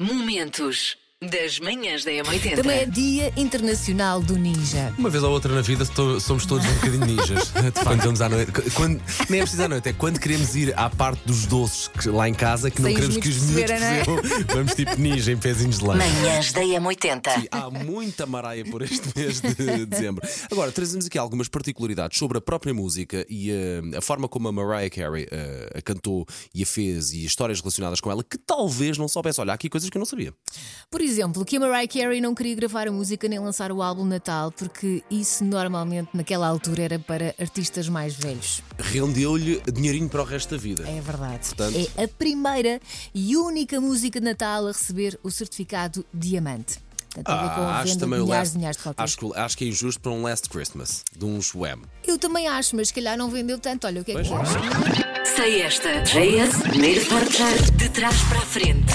Momentos das manhãs da M80. Também é Dia Internacional do Ninja. Uma vez ou outra na vida somos todos um bocadinho ninjas. Quando vamos à noite. Nem é preciso à noite, é quando queremos ir à parte dos doces lá em casa que não Sem queremos os que os miúdos miúdos percebam, percebam. Vamos tipo ninja em pezinhos de lã. Manhãs da M80. Sim, há muita maraia por este mês de dezembro. Agora, trazemos aqui algumas particularidades sobre a própria música e a forma como a Mariah Carey a cantou e a fez e histórias relacionadas com ela que talvez não soubesse. Olha, há aqui coisas que eu não sabia. Por exemplo, que a Mariah Carey não queria gravar a música nem lançar o álbum Natal, porque isso normalmente naquela altura era para artistas mais velhos. Rendeu-lhe dinheirinho para o resto da vida. É verdade. Portanto... É a primeira e única música de Natal a receber o certificado diamante. Portanto, tem a ver com a acho venda também de o milhares last, de cópias. acho que é injusto para um Last Christmas de um Wham. Eu também acho, mas se calhar não vendeu tanto. Olha, o que é que queres? Sei esta. JS, primeiro forjar de trás para a frente.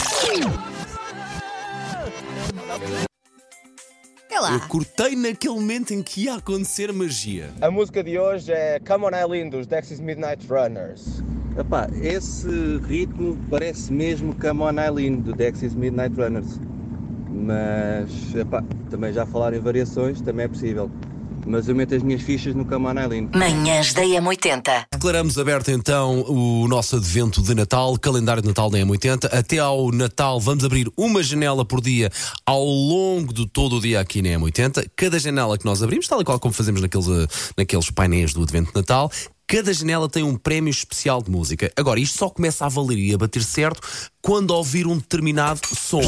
É lá. Eu cortei naquele momento em que ia acontecer magia. A música de hoje é Come On Eileen dos Dexys Midnight Runners. Epá, esse ritmo parece mesmo Come On Eileen do Dexys Midnight Runners. Mas, epá, também já falaram em variações, também é possível. Mas eu meto as minhas fichas no Come On Eileen. Manhãs da M80. Declaramos aberto então o nosso advento de Natal, calendário de Natal da M80. Até ao Natal vamos abrir uma janela por dia ao longo de todo o dia aqui na M80. Cada janela que nós abrimos, tal e qual como fazemos naqueles painéis do advento de Natal, cada janela tem um prémio especial de música. Agora, isto só começa a valer e a bater certo quando ouvir um determinado som.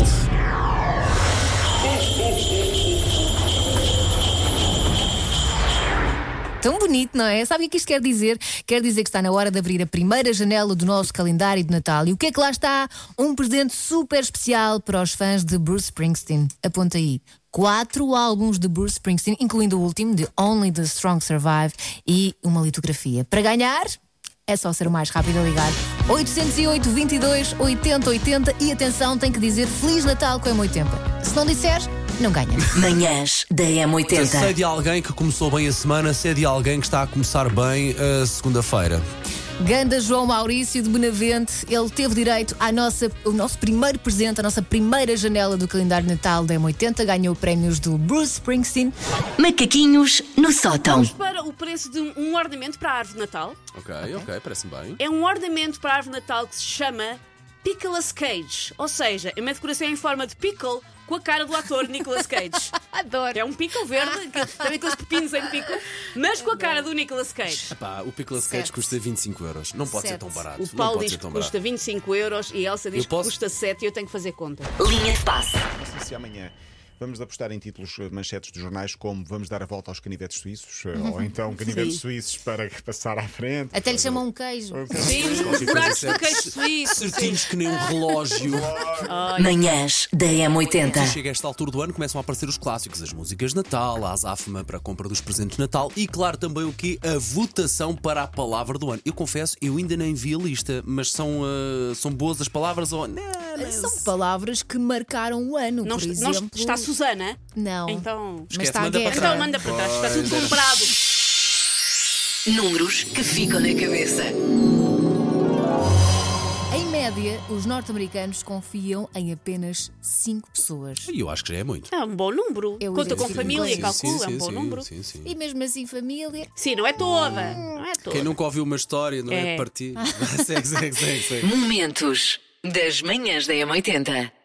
Tão bonito, não é? Sabe o que isto quer dizer? Quer dizer que está na hora de abrir a primeira janela do nosso calendário de Natal. E o que é que lá está? Um presente super especial para os fãs de Bruce Springsteen. Aponta aí. 4 álbuns de Bruce Springsteen, incluindo o último, de Only the Strong Survive, e uma litografia. Para ganhar, é só ser o mais rápido a ligar. 808 22 80 80 e atenção, tem que dizer Feliz Natal com a M80. Se não disser, não ganha. Manhãs da Sei M80. de alguém que começou bem a semana, sei de alguém que está a começar bem a segunda-feira. Ganda João Maurício de Benavente, ele teve direito ao nosso primeiro presente, a nossa primeira janela do calendário de Natal da M80, ganhou prémios do Bruce Springsteen. Macaquinhos no sótão. Vamos para o preço de um ornamento para a árvore de Natal. Ok, parece-me bem. É um ornamento para a árvore de Natal que se chama Nicolas Cage. Ou seja, é uma decoração em forma de pickle com a cara do ator Nicolas Cage. Adoro. É um pickle verde, tem aqueles pepinos em pickle, mas com a cara do Nicolas Cage. Epá, o Nicolas Cage Certo. custa 25 euros. Não pode ser Certo. tão barato. O Paulo não pode diz ser que tão custa barato. 25 euros e a Elsa diz Eu posso- que custa 7 e eu tenho que fazer conta. Linha de passe. Não sei se amanhã vamos apostar em títulos manchetes de jornais como vamos dar a volta aos canivetes suíços ou então canivetes Sim. suíços para passar à frente. Até lhe chamam um queijo. Sim, os buracos do queijo suíço. Certinhos que nem um relógio. Manhãs da M80. Chega a esta altura do ano, começam a aparecer os clássicos, as músicas de Natal, a azáfama para a compra dos presentes de Natal e, claro, também o quê? A votação para a palavra do ano. Eu confesso, eu ainda nem vi a lista, mas são boas as palavras ou... São palavras que marcaram o ano, Não, por não exemplo. está a Susana? Não. Então. Mas Esquece, está a manda para guerra. trás. Então manda para trás, está tudo comprado. Números que ficam na cabeça. Em média, os norte-americanos confiam em apenas 5 pessoas. E eu acho que já é muito. É um bom número. Eu Conta ia com dizer família, sim, calcula, é um bom número. Sim, sim. E mesmo assim, família. Sim, não é toda. Não é toda. Quem nunca ouviu uma história, não é? É. Partir. Segue. Momentos das manhãs da M80.